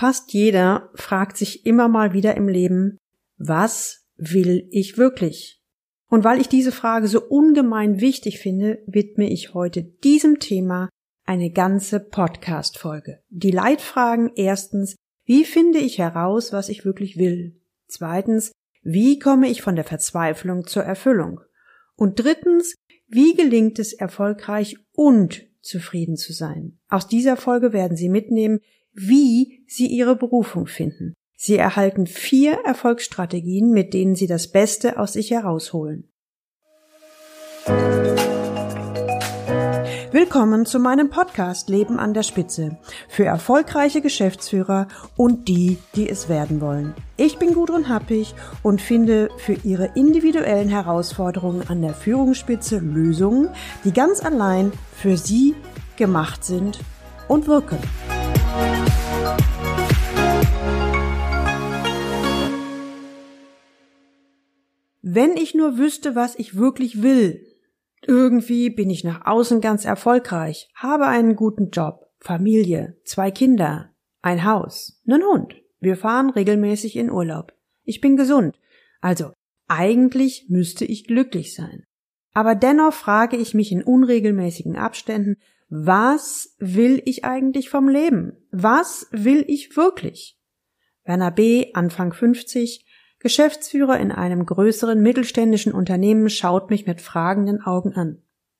Fast jeder fragt sich immer mal wieder im Leben, was will ich wirklich? Und weil ich diese Frage so ungemein wichtig finde, widme ich heute diesem Thema eine ganze Podcast-Folge. Die Leitfragen: erstens, wie finde ich heraus, was ich wirklich will? Zweitens, wie komme ich von der Verzweiflung zur Erfüllung? Und drittens, wie gelingt es, erfolgreich und zufrieden zu sein? Aus dieser Folge werden Sie mitnehmen, wie Sie Ihre Berufung finden. Sie erhalten 4 Erfolgsstrategien, mit denen Sie das Beste aus sich herausholen. Willkommen zu meinem Podcast Leben an der Spitze für erfolgreiche Geschäftsführer und die, die es werden wollen. Ich bin Gudrun Happig und finde für Ihre individuellen Herausforderungen an der Führungsspitze Lösungen, die ganz allein für Sie gemacht sind und wirken. Wenn ich nur wüsste, was ich wirklich will. Irgendwie bin ich nach außen ganz erfolgreich, habe einen guten Job, Familie, 2 Kinder, ein Haus, einen Hund. Wir fahren regelmäßig in Urlaub. Ich bin gesund. Also, eigentlich müsste ich glücklich sein. Aber dennoch frage ich mich in unregelmäßigen Abständen, was will ich eigentlich vom Leben? Was will ich wirklich? Werner B., Anfang 50, Geschäftsführer in einem größeren mittelständischen Unternehmen, schaut mich mit fragenden Augen an.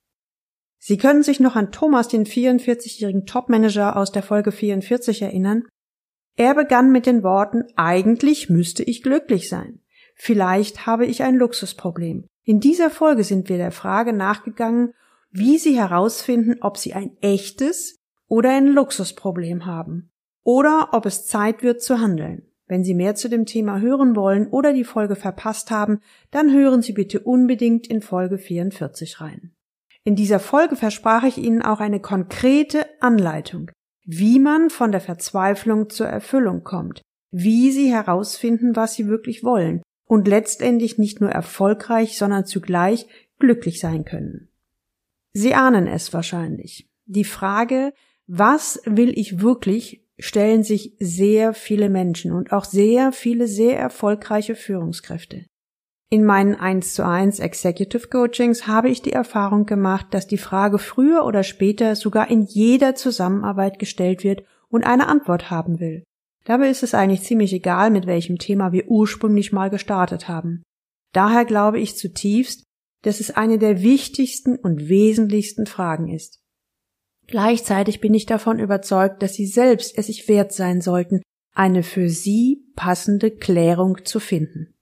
Sie können sich noch an Thomas, den 44-jährigen Topmanager aus der Folge 44 erinnern. Er begann mit den Worten, eigentlich müsste ich glücklich sein. Vielleicht habe ich ein Luxusproblem. In dieser Folge sind wir der Frage nachgegangen, wie Sie herausfinden, ob Sie ein echtes oder ein Luxusproblem haben oder ob es Zeit wird zu handeln. Wenn Sie mehr zu dem Thema hören wollen oder die Folge verpasst haben, dann hören Sie bitte unbedingt in Folge 44 rein. In dieser Folge versprach ich Ihnen auch eine konkrete Anleitung, wie man von der Verzweiflung zur Erfüllung kommt, wie Sie herausfinden, was Sie wirklich wollen und letztendlich nicht nur erfolgreich, sondern zugleich glücklich sein können. Sie ahnen es wahrscheinlich. Die Frage, was will ich wirklich, stellen sich sehr viele Menschen und auch sehr viele sehr erfolgreiche Führungskräfte. In meinen 1:1 Executive Coachings habe ich die Erfahrung gemacht, dass die Frage früher oder später sogar in jeder Zusammenarbeit gestellt wird und eine Antwort haben will. Dabei ist es eigentlich ziemlich egal, mit welchem Thema wir ursprünglich mal gestartet haben. Daher glaube ich zutiefst, dass es eine der wichtigsten und wesentlichsten Fragen ist. Gleichzeitig bin ich davon überzeugt, dass Sie selbst es sich wert sein sollten, eine für Sie passende Klärung zu finden.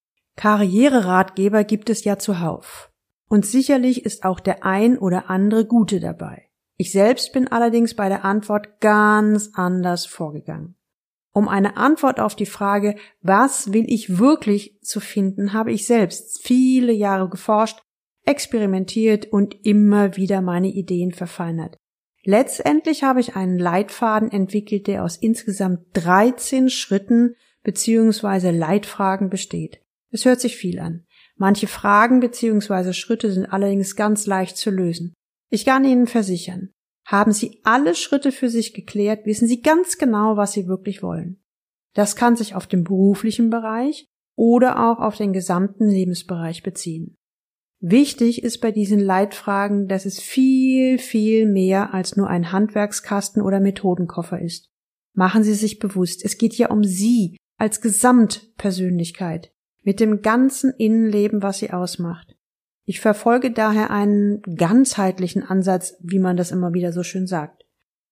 Karriereratgeber gibt es ja zuhauf. Und sicherlich ist auch der ein oder andere gute dabei. Ich selbst bin allerdings bei der Antwort ganz anders vorgegangen. Um eine Antwort auf die Frage, was will ich wirklich, zu finden, habe ich selbst viele Jahre geforscht, experimentiert und immer wieder meine Ideen verfeinert. Letztendlich habe ich einen Leitfaden entwickelt, der aus insgesamt 13 Schritten bzw. Leitfragen besteht. Es hört sich viel an. Manche Fragen bzw. Schritte sind allerdings ganz leicht zu lösen. Ich kann Ihnen versichern, haben Sie alle Schritte für sich geklärt, wissen Sie ganz genau, was Sie wirklich wollen. Das kann sich auf den beruflichen Bereich oder auch auf den gesamten Lebensbereich beziehen. Wichtig ist bei diesen Leitfragen, dass es viel, viel mehr als nur ein Handwerkskasten oder Methodenkoffer ist. Machen Sie sich bewusst, es geht ja um Sie als Gesamtpersönlichkeit, mit dem ganzen Innenleben, was Sie ausmacht. Ich verfolge daher einen ganzheitlichen Ansatz, wie man das immer wieder so schön sagt.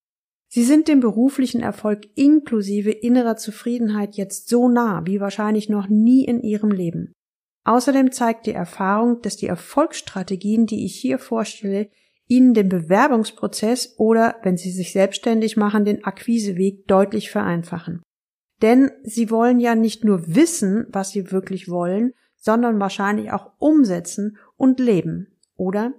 Sie sind dem beruflichen Erfolg inklusive innerer Zufriedenheit jetzt so nah, wie wahrscheinlich noch nie in Ihrem Leben. Außerdem zeigt die Erfahrung, dass die Erfolgsstrategien, die ich hier vorstelle, Ihnen den Bewerbungsprozess oder, wenn Sie sich selbstständig machen, den Akquiseweg deutlich vereinfachen. Denn Sie wollen ja nicht nur wissen, was Sie wirklich wollen, sondern wahrscheinlich auch umsetzen und leben, oder?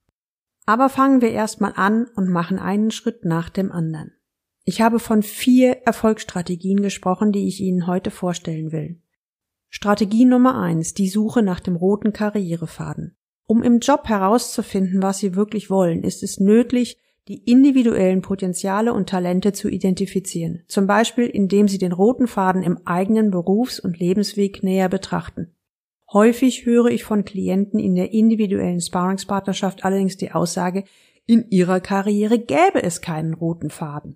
Aber fangen wir erstmal an und machen einen Schritt nach dem anderen. Ich habe von 4 Erfolgsstrategien gesprochen, die ich Ihnen heute vorstellen will. Strategie Nummer 1, die Suche nach dem roten Karrierefaden. Um im Job herauszufinden, was Sie wirklich wollen, ist es nötig, die individuellen Potenziale und Talente zu identifizieren, zum Beispiel indem sie den roten Faden im eigenen Berufs- und Lebensweg näher betrachten. Häufig höre ich von Klienten in der individuellen Sparringspartnerschaft allerdings die Aussage, in ihrer Karriere gäbe es keinen roten Faden.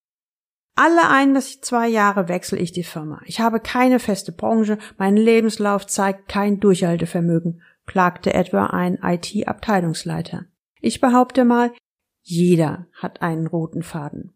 Alle 1 bis 2 Jahre wechsle ich die Firma. Ich habe keine feste Branche, mein Lebenslauf zeigt kein Durchhaltevermögen, klagte etwa ein IT-Abteilungsleiter. Ich behaupte mal, jeder hat einen roten Faden.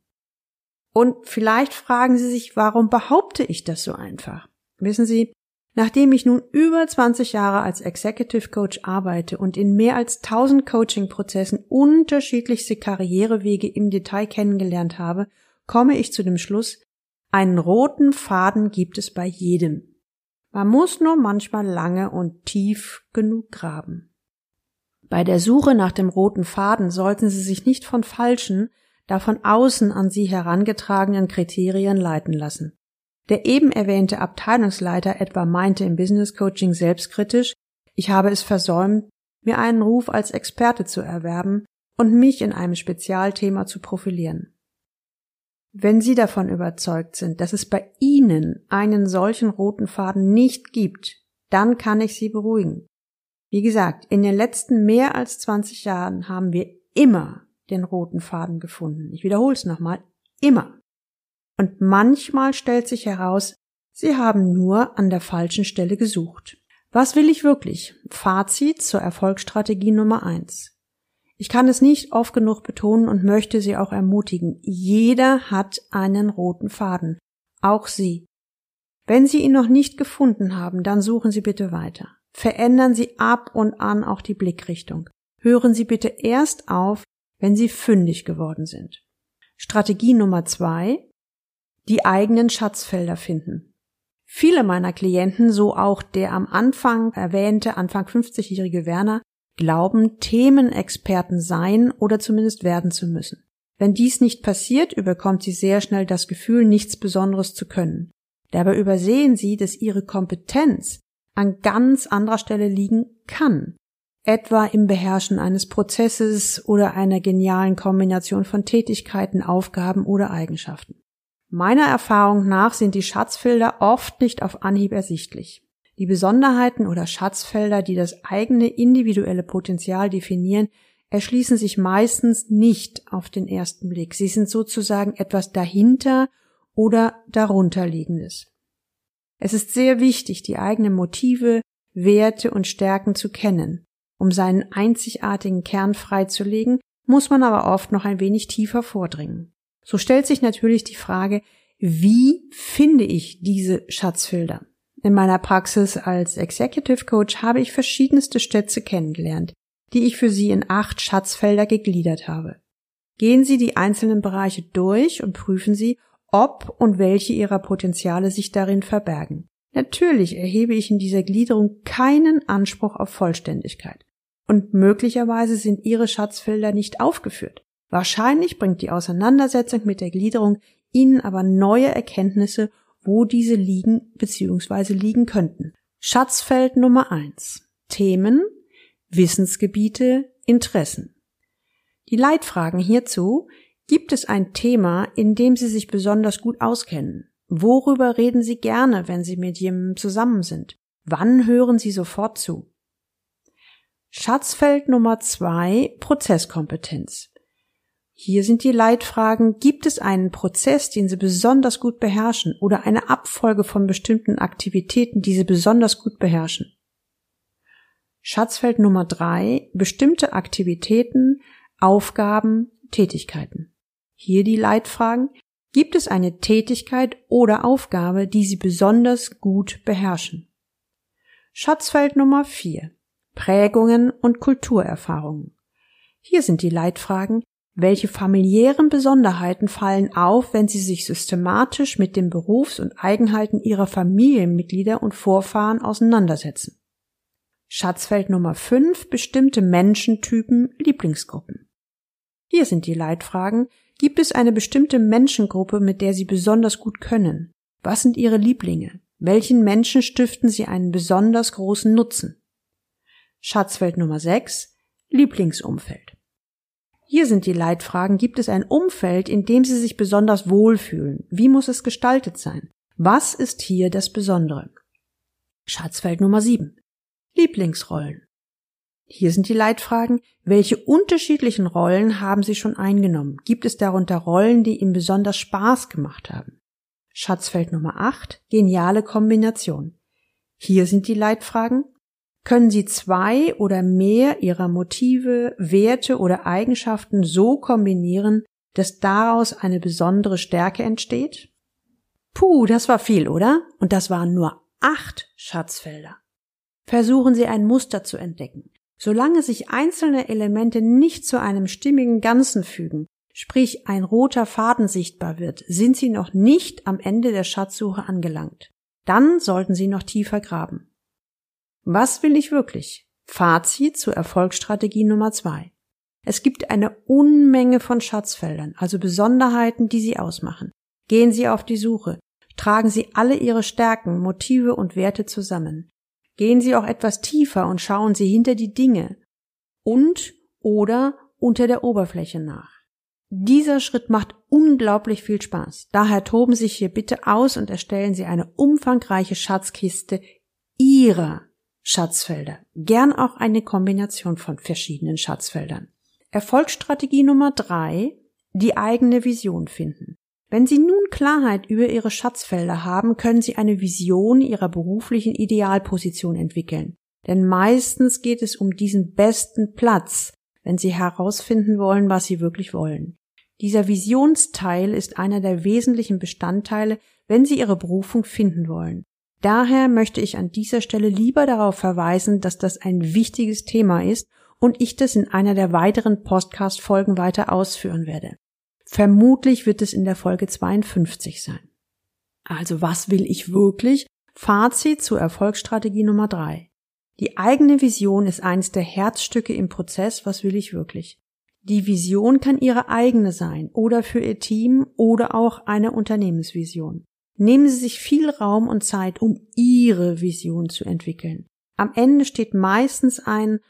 Und vielleicht fragen Sie sich, warum behaupte ich das so einfach? Wissen Sie, nachdem ich nun über 20 Jahre als Executive Coach arbeite und in mehr als 1000 Coaching-Prozessen unterschiedlichste Karrierewege im Detail kennengelernt habe, komme ich zu dem Schluss, einen roten Faden gibt es bei jedem. Man muss nur manchmal lange und tief genug graben. Bei der Suche nach dem roten Faden sollten Sie sich nicht von falschen, da von außen an Sie herangetragenen Kriterien leiten lassen. Der eben erwähnte Abteilungsleiter etwa meinte im Business Coaching selbstkritisch, ich habe es versäumt, mir einen Ruf als Experte zu erwerben und mich in einem Spezialthema zu profilieren. Wenn Sie davon überzeugt sind, dass es bei Ihnen einen solchen roten Faden nicht gibt, dann kann ich Sie beruhigen. Wie gesagt, in den letzten mehr als 20 Jahren haben wir immer den roten Faden gefunden. Ich wiederhole es nochmal, immer. Und manchmal stellt sich heraus, Sie haben nur an der falschen Stelle gesucht. Was will ich wirklich? Fazit zur Erfolgsstrategie Nummer 1. Ich kann es nicht oft genug betonen und möchte Sie auch ermutigen. Jeder hat einen roten Faden. Auch Sie. Wenn Sie ihn noch nicht gefunden haben, dann suchen Sie bitte weiter. Verändern Sie ab und an auch die Blickrichtung. Hören Sie bitte erst auf, wenn Sie fündig geworden sind. Strategie Nummer 2. Die eigenen Schatzfelder finden. Viele meiner Klienten, so auch der am Anfang erwähnte Anfang 50-jährige Werner, glauben, Themenexperten sein oder zumindest werden zu müssen. Wenn dies nicht passiert, überkommt sie sehr schnell das Gefühl, nichts Besonderes zu können. Dabei übersehen sie, dass ihre Kompetenz an ganz anderer Stelle liegen kann, etwa im Beherrschen eines Prozesses oder einer genialen Kombination von Tätigkeiten, Aufgaben oder Eigenschaften. Meiner Erfahrung nach sind die Schatzfelder oft nicht auf Anhieb ersichtlich. Die Besonderheiten oder Schatzfelder, die das eigene individuelle Potenzial definieren, erschließen sich meistens nicht auf den ersten Blick. Sie sind sozusagen etwas dahinter oder darunterliegendes. Es ist sehr wichtig, die eigenen Motive, Werte und Stärken zu kennen. Um seinen einzigartigen Kern freizulegen, muss man aber oft noch ein wenig tiefer vordringen. So stellt sich natürlich die Frage, wie finde ich diese Schatzfelder? In meiner Praxis als Executive Coach habe ich verschiedenste Schätze kennengelernt, die ich für Sie in 8 Schatzfelder gegliedert habe. Gehen Sie die einzelnen Bereiche durch und prüfen Sie, ob und welche Ihrer Potenziale sich darin verbergen. Natürlich erhebe ich in dieser Gliederung keinen Anspruch auf Vollständigkeit. Und möglicherweise sind Ihre Schatzfelder nicht aufgeführt. Wahrscheinlich bringt die Auseinandersetzung mit der Gliederung Ihnen aber neue Erkenntnisse, wo diese liegen bzw. liegen könnten. Schatzfeld Nummer 1. Themen, Wissensgebiete, Interessen. Die Leitfragen hierzu: Gibt es ein Thema, in dem Sie sich besonders gut auskennen? Worüber reden Sie gerne, wenn Sie mit jemandem zusammen sind? Wann hören Sie sofort zu? Schatzfeld Nummer 2. Prozesskompetenz. Hier sind die Leitfragen: Gibt es einen Prozess, den Sie besonders gut beherrschen, oder eine Abfolge von bestimmten Aktivitäten, die Sie besonders gut beherrschen? Schatzfeld Nummer 3. Bestimmte Aktivitäten, Aufgaben, Tätigkeiten. Hier die Leitfragen: Gibt es eine Tätigkeit oder Aufgabe, die Sie besonders gut beherrschen? Schatzfeld Nummer 4. Prägungen und Kulturerfahrungen. Hier sind die Leitfragen: Welche familiären Besonderheiten fallen auf, wenn Sie sich systematisch mit den Berufs- und Eigenheiten Ihrer Familienmitglieder und Vorfahren auseinandersetzen? Schatzfeld Nummer 5. Bestimmte Menschentypen, Lieblingsgruppen. Hier sind die Leitfragen: Gibt es eine bestimmte Menschengruppe, mit der Sie besonders gut können? Was sind Ihre Lieblinge? Welchen Menschen stiften Sie einen besonders großen Nutzen? Schatzfeld Nummer 6. Lieblingsumfeld. Hier sind die Leitfragen: Gibt es ein Umfeld, in dem Sie sich besonders wohlfühlen? Wie muss es gestaltet sein? Was ist hier das Besondere? Schatzfeld Nummer 7. Lieblingsrollen. Hier sind die Leitfragen: Welche unterschiedlichen Rollen haben Sie schon eingenommen? Gibt es darunter Rollen, die Ihnen besonders Spaß gemacht haben? Schatzfeld Nummer 8. Geniale Kombination. Hier sind die Leitfragen: Können Sie 2 oder mehr Ihrer Motive, Werte oder Eigenschaften so kombinieren, dass daraus eine besondere Stärke entsteht? Puh, das war viel, oder? Und das waren nur 8 Schatzfelder. Versuchen Sie ein Muster zu entdecken. Solange sich einzelne Elemente nicht zu einem stimmigen Ganzen fügen, sprich ein roter Faden sichtbar wird, sind Sie noch nicht am Ende der Schatzsuche angelangt. Dann sollten Sie noch tiefer graben. Was will ich wirklich? Fazit zur Erfolgsstrategie Nummer 2. Es gibt eine Unmenge von Schatzfeldern, also Besonderheiten, die Sie ausmachen. Gehen Sie auf die Suche. Tragen Sie alle Ihre Stärken, Motive und Werte zusammen. Gehen Sie auch etwas tiefer und schauen Sie hinter die Dinge und oder unter der Oberfläche nach. Dieser Schritt macht unglaublich viel Spaß. Daher toben Sie sich hier bitte aus und erstellen Sie eine umfangreiche Schatzkiste Ihrer Schatzfelder. Gern auch eine Kombination von verschiedenen Schatzfeldern. Erfolgsstrategie Nummer 3. Die eigene Vision finden. Wenn Sie nun Klarheit über Ihre Schatzfelder haben, können Sie eine Vision Ihrer beruflichen Idealposition entwickeln. Denn meistens geht es um diesen besten Platz, wenn Sie herausfinden wollen, was Sie wirklich wollen. Dieser Visionsteil ist einer der wesentlichen Bestandteile, wenn Sie Ihre Berufung finden wollen. Daher möchte ich an dieser Stelle lieber darauf verweisen, dass das ein wichtiges Thema ist und ich das in einer der weiteren Podcast-Folgen weiter ausführen werde. Vermutlich wird es in der Folge 52 sein. Also was will ich wirklich? Fazit zur Erfolgsstrategie Nummer 3. Die eigene Vision ist eines der Herzstücke im Prozess, was will ich wirklich? Die Vision kann Ihre eigene sein oder für Ihr Team oder auch eine Unternehmensvision. Nehmen Sie sich viel Raum und Zeit, um Ihre Vision zu entwickeln. Am Ende steht meistens ein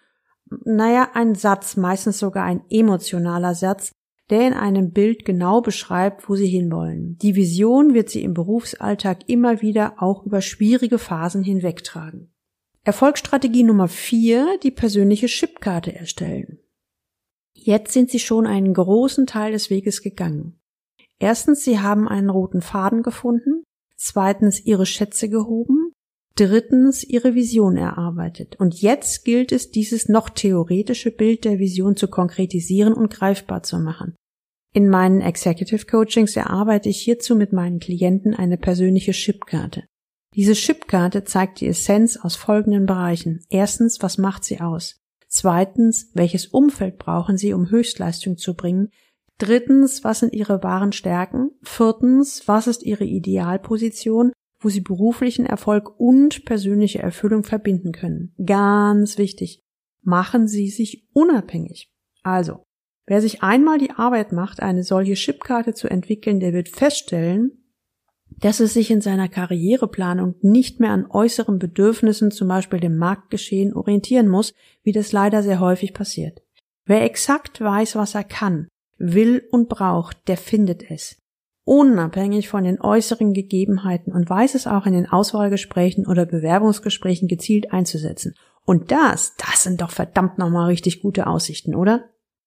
Satz, meistens sogar ein emotionaler Satz, der in einem Bild genau beschreibt, wo Sie hinwollen. Die Vision wird Sie im Berufsalltag immer wieder auch über schwierige Phasen hinwegtragen. Erfolgsstrategie Nummer 4, die persönliche Chipkarte erstellen. Jetzt sind Sie schon einen großen Teil des Weges gegangen. Erstens, Sie haben einen roten Faden gefunden. Zweitens, Ihre Schätze gehoben. Drittens, Ihre Vision erarbeitet. Und jetzt gilt es, dieses noch theoretische Bild der Vision zu konkretisieren und greifbar zu machen. In meinen Executive Coachings erarbeite ich hierzu mit meinen Klienten eine persönliche Chipkarte. Diese Chipkarte zeigt die Essenz aus folgenden Bereichen. Erstens, was macht sie aus? Zweitens, welches Umfeld brauchen Sie, um Höchstleistung zu bringen? Drittens, was sind Ihre wahren Stärken? Viertens, was ist Ihre Idealposition, wo Sie beruflichen Erfolg und persönliche Erfüllung verbinden können? Ganz wichtig, machen Sie sich unabhängig. Also, wer sich einmal die Arbeit macht, eine solche Chipkarte zu entwickeln, der wird feststellen, dass es sich in seiner Karriereplanung nicht mehr an äußeren Bedürfnissen, zum Beispiel dem Marktgeschehen, orientieren muss, wie das leider sehr häufig passiert. Wer exakt weiß, was er kann, will und braucht, der findet es. Unabhängig von den äußeren Gegebenheiten und weiß es auch in den Auswahlgesprächen oder Bewerbungsgesprächen gezielt einzusetzen. Und das sind doch verdammt nochmal richtig gute Aussichten, oder?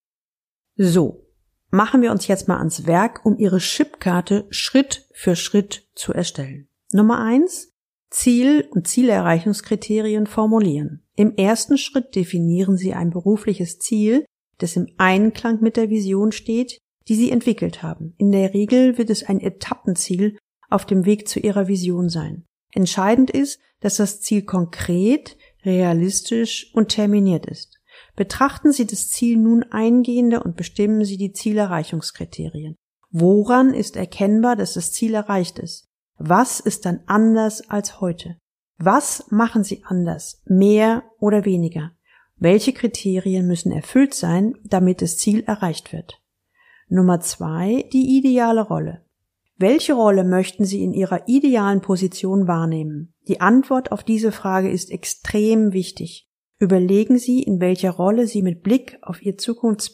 So. Machen wir uns jetzt mal ans Werk, um Ihre Chipkarte Schritt für Schritt zu erstellen. Nummer 1. Ziel- und Zielerreichungskriterien formulieren. Im ersten Schritt definieren Sie ein berufliches Ziel, das im Einklang mit der Vision steht, die Sie entwickelt haben. In der Regel wird es ein Etappenziel auf dem Weg zu Ihrer Vision sein. Entscheidend ist, dass das Ziel konkret, realistisch und terminiert ist. Betrachten Sie das Ziel nun eingehender und bestimmen Sie die Zielerreichungskriterien. Woran ist erkennbar, dass das Ziel erreicht ist? Was ist dann anders als heute? Was machen Sie anders, mehr oder weniger? Welche Kriterien müssen erfüllt sein, damit das Ziel erreicht wird? Nummer 2, die ideale Rolle. Welche Rolle möchten Sie in Ihrer idealen Position wahrnehmen? Die Antwort auf diese Frage ist extrem wichtig. Überlegen Sie, in welcher Rolle Sie mit Blick auf Ihr Zukunftsbild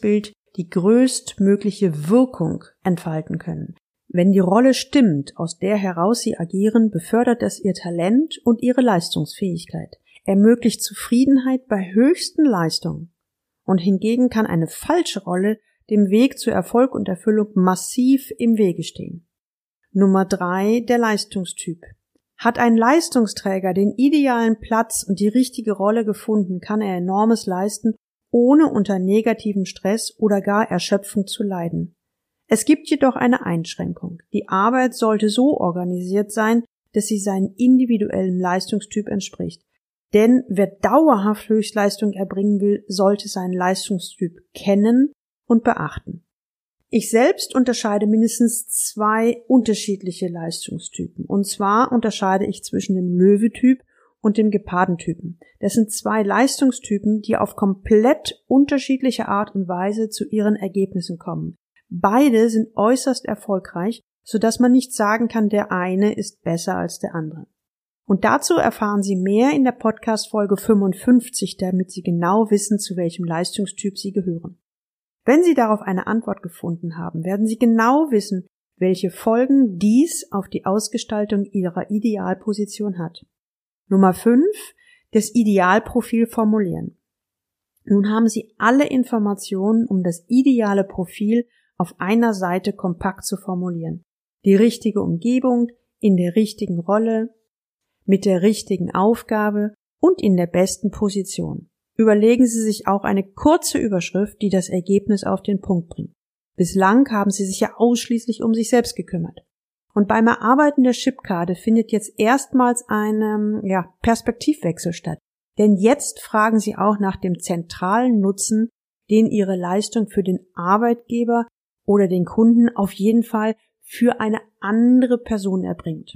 die größtmögliche Wirkung entfalten können. Wenn die Rolle stimmt, aus der heraus sie agieren, befördert es ihr Talent und ihre Leistungsfähigkeit, ermöglicht Zufriedenheit bei höchsten Leistungen. Und hingegen kann eine falsche Rolle dem Weg zu Erfolg und Erfüllung massiv im Wege stehen. Nummer 3, der Leistungstyp. Hat ein Leistungsträger den idealen Platz und die richtige Rolle gefunden, kann er Enormes leisten, ohne unter negativem Stress oder gar Erschöpfung zu leiden. Es gibt jedoch eine Einschränkung. Die Arbeit sollte so organisiert sein, dass sie seinem individuellen Leistungstyp entspricht. Denn wer dauerhaft Höchstleistung erbringen will, sollte seinen Leistungstyp kennen und beachten. Ich selbst unterscheide mindestens 2 unterschiedliche Leistungstypen. Und zwar unterscheide ich zwischen dem Löwetyp und dem Gepardentypen. Das sind 2 Leistungstypen, die auf komplett unterschiedliche Art und Weise zu ihren Ergebnissen kommen. Beide sind äußerst erfolgreich, sodass man nicht sagen kann, der eine ist besser als der andere. Und dazu erfahren Sie mehr in der Podcast-Folge 55, damit Sie genau wissen, zu welchem Leistungstyp Sie gehören. Wenn Sie darauf eine Antwort gefunden haben, werden Sie genau wissen, welche Folgen dies auf die Ausgestaltung Ihrer Idealposition hat. Nummer 5, das Idealprofil formulieren. Nun haben Sie alle Informationen, um das ideale Profil auf einer Seite kompakt zu formulieren. Die richtige Umgebung, in der richtigen Rolle, mit der richtigen Aufgabe und in der besten Position. Überlegen Sie sich auch eine kurze Überschrift, die das Ergebnis auf den Punkt bringt. Bislang haben Sie sich ja ausschließlich um sich selbst gekümmert. Und beim Erarbeiten der Chipkarte findet jetzt erstmals ein Perspektivwechsel statt. Denn jetzt fragen Sie auch nach dem zentralen Nutzen, den Ihre Leistung für den Arbeitgeber oder den Kunden auf jeden Fall für eine andere Person erbringt.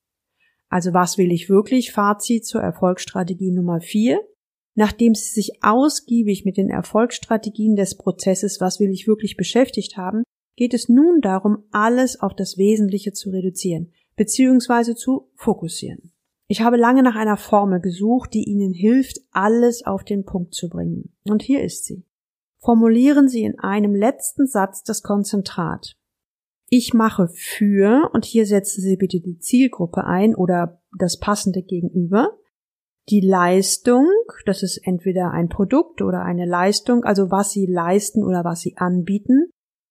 Also was will ich wirklich? Fazit zur Erfolgsstrategie Nummer 4. Nachdem Sie sich ausgiebig mit den Erfolgsstrategien des Prozesses was will ich wirklich beschäftigt haben, geht es nun darum, alles auf das Wesentliche zu reduzieren bzw. zu fokussieren. Ich habe lange nach einer Formel gesucht, die Ihnen hilft, alles auf den Punkt zu bringen. Und hier ist sie. Formulieren Sie in einem letzten Satz das Konzentrat. Ich mache für, und hier setzen Sie bitte die Zielgruppe ein oder das passende Gegenüber, die Leistung, das ist entweder ein Produkt oder eine Leistung, also was Sie leisten oder was Sie anbieten,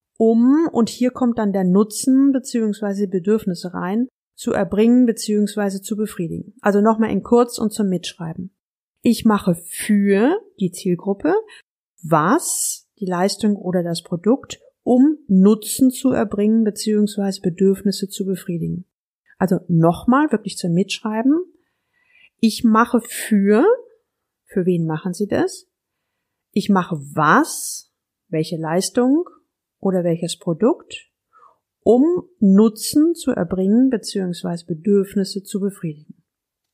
und hier kommt dann der Nutzen bzw. Bedürfnisse rein, zu erbringen bzw. zu befriedigen. Also nochmal in kurz und zum Mitschreiben. Ich mache für die Zielgruppe, was, die Leistung oder das Produkt, um Nutzen zu erbringen bzw. Bedürfnisse zu befriedigen. Also nochmal wirklich zum Mitschreiben. Ich mache für wen machen Sie das? Ich mache was, welche Leistung oder welches Produkt, um Nutzen zu erbringen bzw. Bedürfnisse zu befriedigen.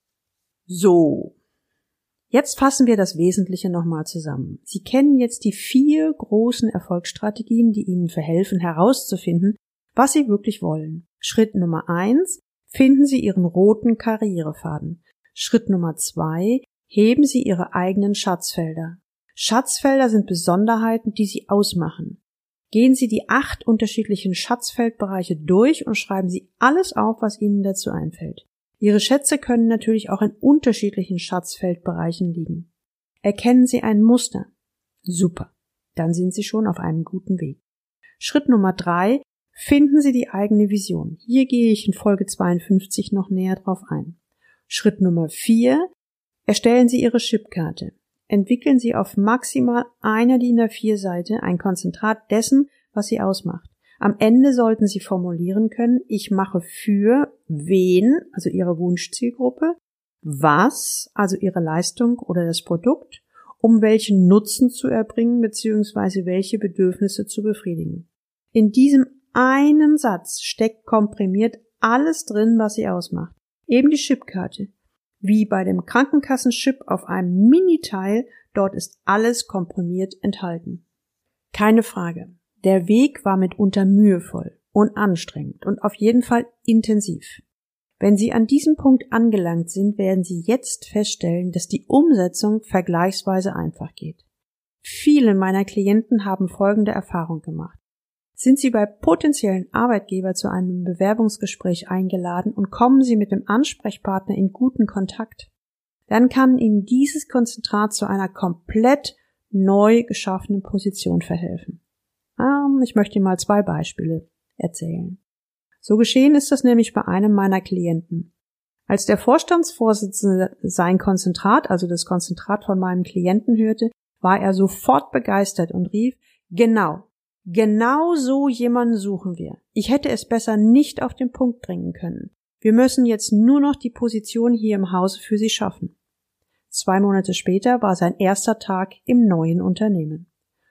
So, jetzt fassen wir das Wesentliche nochmal zusammen. Sie kennen jetzt die 4 großen Erfolgsstrategien, die Ihnen verhelfen herauszufinden, was Sie wirklich wollen. Schritt Nummer 1, finden Sie Ihren roten Karrierefaden. Schritt Nummer 2, heben Sie Ihre eigenen Schatzfelder. Schatzfelder sind Besonderheiten, die Sie ausmachen. Gehen Sie die 8 unterschiedlichen Schatzfeldbereiche durch und schreiben Sie alles auf, was Ihnen dazu einfällt. Ihre Schätze können natürlich auch in unterschiedlichen Schatzfeldbereichen liegen. Erkennen Sie ein Muster? Super, dann sind Sie schon auf einem guten Weg. Schritt Nummer 3, finden Sie die eigene Vision. Hier gehe ich in Folge 52 noch näher drauf ein. Schritt Nummer 4, erstellen Sie Ihre Chipkarte. Entwickeln Sie auf maximal einer DIN A4-Seite ein Konzentrat dessen, was Sie ausmacht. Am Ende sollten Sie formulieren können, ich mache für wen, also Ihre Wunschzielgruppe, was, also Ihre Leistung oder das Produkt, um welchen Nutzen zu erbringen bzw. welche Bedürfnisse zu befriedigen. In diesem einen Satz steckt komprimiert alles drin, was Sie ausmacht. Eben die Chipkarte. Wie bei dem Krankenkassenchip auf einem Miniteil, dort ist alles komprimiert enthalten. Keine Frage. Der Weg war mitunter mühevoll und anstrengend und auf jeden Fall intensiv. Wenn Sie an diesem Punkt angelangt sind, werden Sie jetzt feststellen, dass die Umsetzung vergleichsweise einfach geht. Viele meiner Klienten haben folgende Erfahrung gemacht. Sind Sie bei potenziellen Arbeitgeber zu einem Bewerbungsgespräch eingeladen und kommen Sie mit dem Ansprechpartner in guten Kontakt, dann kann Ihnen dieses Konzentrat zu einer komplett neu geschaffenen Position verhelfen. Ich möchte Ihnen mal 2 Beispiele erzählen. So geschehen ist das nämlich bei einem meiner Klienten. Als der Vorstandsvorsitzende sein Konzentrat, also das Konzentrat von meinem Klienten hörte, war er sofort begeistert und rief, genau so jemanden suchen wir. Ich hätte es besser nicht auf den Punkt bringen können. Wir müssen jetzt nur noch die Position hier im Hause für Sie schaffen. 2 Monate später war sein erster Tag im neuen Unternehmen.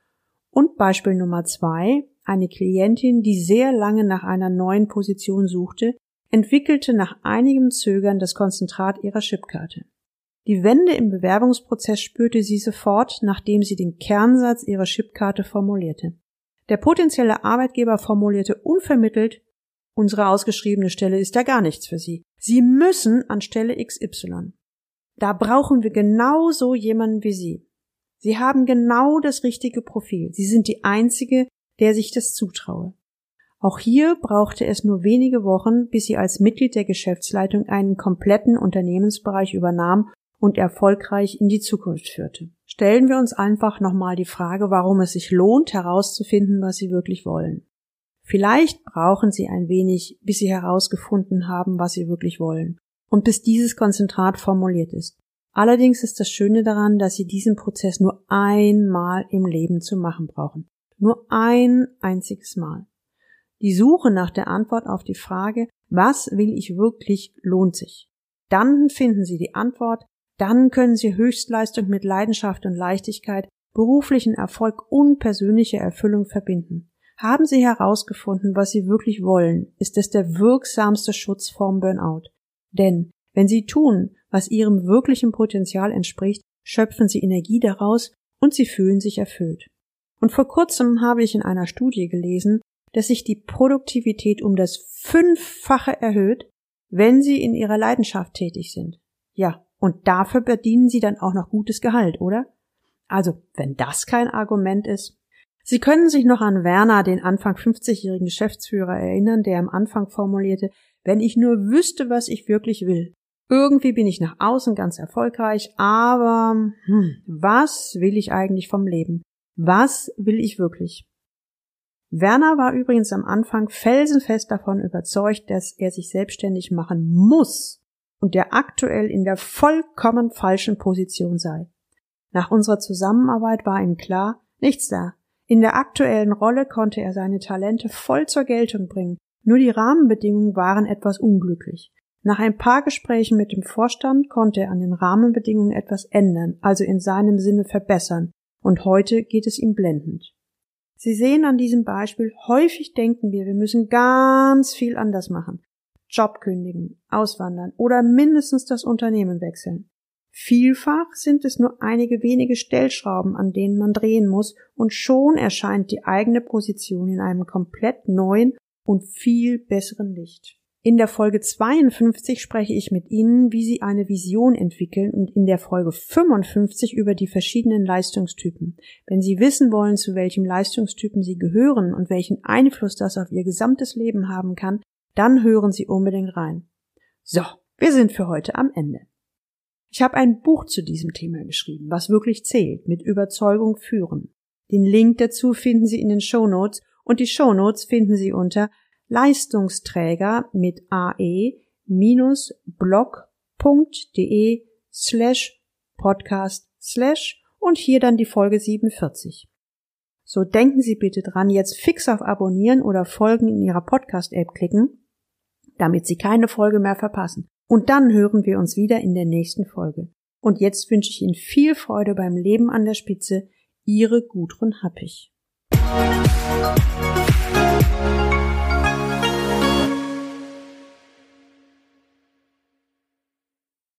Und Beispiel Nummer 2, eine Klientin, die sehr lange nach einer neuen Position suchte, entwickelte nach einigem Zögern das Konzentrat ihrer Chipkarte. Die Wende im Bewerbungsprozess spürte sie sofort, nachdem sie den Kernsatz ihrer Chipkarte formulierte. Der potenzielle Arbeitgeber formulierte unvermittelt, unsere ausgeschriebene Stelle ist ja gar nichts für Sie. Sie müssen an Stelle XY. Da brauchen wir genau so jemanden wie Sie. Sie haben genau das richtige Profil. Sie sind die Einzige, der sich das zutraue. Auch hier brauchte es nur wenige Wochen, bis sie als Mitglied der Geschäftsleitung einen kompletten Unternehmensbereich übernahm und erfolgreich in die Zukunft führte. Stellen wir uns einfach nochmal die Frage, warum es sich lohnt, herauszufinden, was Sie wirklich wollen. Vielleicht brauchen Sie ein wenig, bis Sie herausgefunden haben, was Sie wirklich wollen und bis dieses Konzentrat formuliert ist. Allerdings ist das Schöne daran, dass Sie diesen Prozess nur einmal im Leben zu machen brauchen. Nur ein einziges Mal. Die Suche nach der Antwort auf die Frage, was will ich wirklich, lohnt sich. Dann finden Sie die Antwort, dann können Sie Höchstleistung mit Leidenschaft und Leichtigkeit, beruflichen Erfolg und persönliche Erfüllung verbinden. Haben Sie herausgefunden, was Sie wirklich wollen, ist es der wirksamste Schutz vorm Burnout. Denn wenn Sie tun, was Ihrem wirklichen Potenzial entspricht, schöpfen Sie Energie daraus und Sie fühlen sich erfüllt. Und vor kurzem habe ich in einer Studie gelesen, dass sich die Produktivität um das 5-fache erhöht, wenn Sie in Ihrer Leidenschaft tätig sind. Ja, und dafür verdienen Sie dann auch noch gutes Gehalt, oder? Also, wenn das kein Argument ist. Sie können sich noch an Werner, den Anfang 50-jährigen Geschäftsführer, erinnern, der am Anfang formulierte, wenn ich nur wüsste, was ich wirklich will. Irgendwie bin ich nach außen ganz erfolgreich, aber was will ich eigentlich vom Leben? Was will ich wirklich? Werner war übrigens am Anfang felsenfest davon überzeugt, dass er sich selbstständig machen muss und der aktuell in der vollkommen falschen Position sei. Nach unserer Zusammenarbeit war ihm klar, nichts da. In der aktuellen Rolle konnte er seine Talente voll zur Geltung bringen, nur die Rahmenbedingungen waren etwas unglücklich. Nach ein paar Gesprächen mit dem Vorstand konnte er an den Rahmenbedingungen etwas ändern, also in seinem Sinne verbessern, und heute geht es ihm blendend. Sie sehen an diesem Beispiel, häufig denken wir müssen ganz viel anders machen. Job kündigen, auswandern oder mindestens das Unternehmen wechseln. Vielfach sind es nur einige wenige Stellschrauben, an denen man drehen muss, und schon erscheint die eigene Position in einem komplett neuen und viel besseren Licht. In der Folge 52 spreche ich mit Ihnen, wie Sie eine Vision entwickeln, und in der Folge 55 über die verschiedenen Leistungstypen. Wenn Sie wissen wollen, zu welchem Leistungstypen Sie gehören und welchen Einfluss das auf Ihr gesamtes Leben haben kann, dann hören Sie unbedingt rein. So, wir sind für heute am Ende. Ich habe ein Buch zu diesem Thema geschrieben, was wirklich zählt, mit Überzeugung führen. Den Link dazu finden Sie in den Shownotes und die Shownotes finden Sie unter Leistungsträger mit ae-blog.de/podcast/ und hier dann die Folge 47. So denken Sie bitte dran, jetzt fix auf Abonnieren oder Folgen in Ihrer Podcast-App klicken, damit Sie keine Folge mehr verpassen. Und dann hören wir uns wieder in der nächsten Folge. Und jetzt wünsche ich Ihnen viel Freude beim Leben an der Spitze. Ihre Gudrun Happig.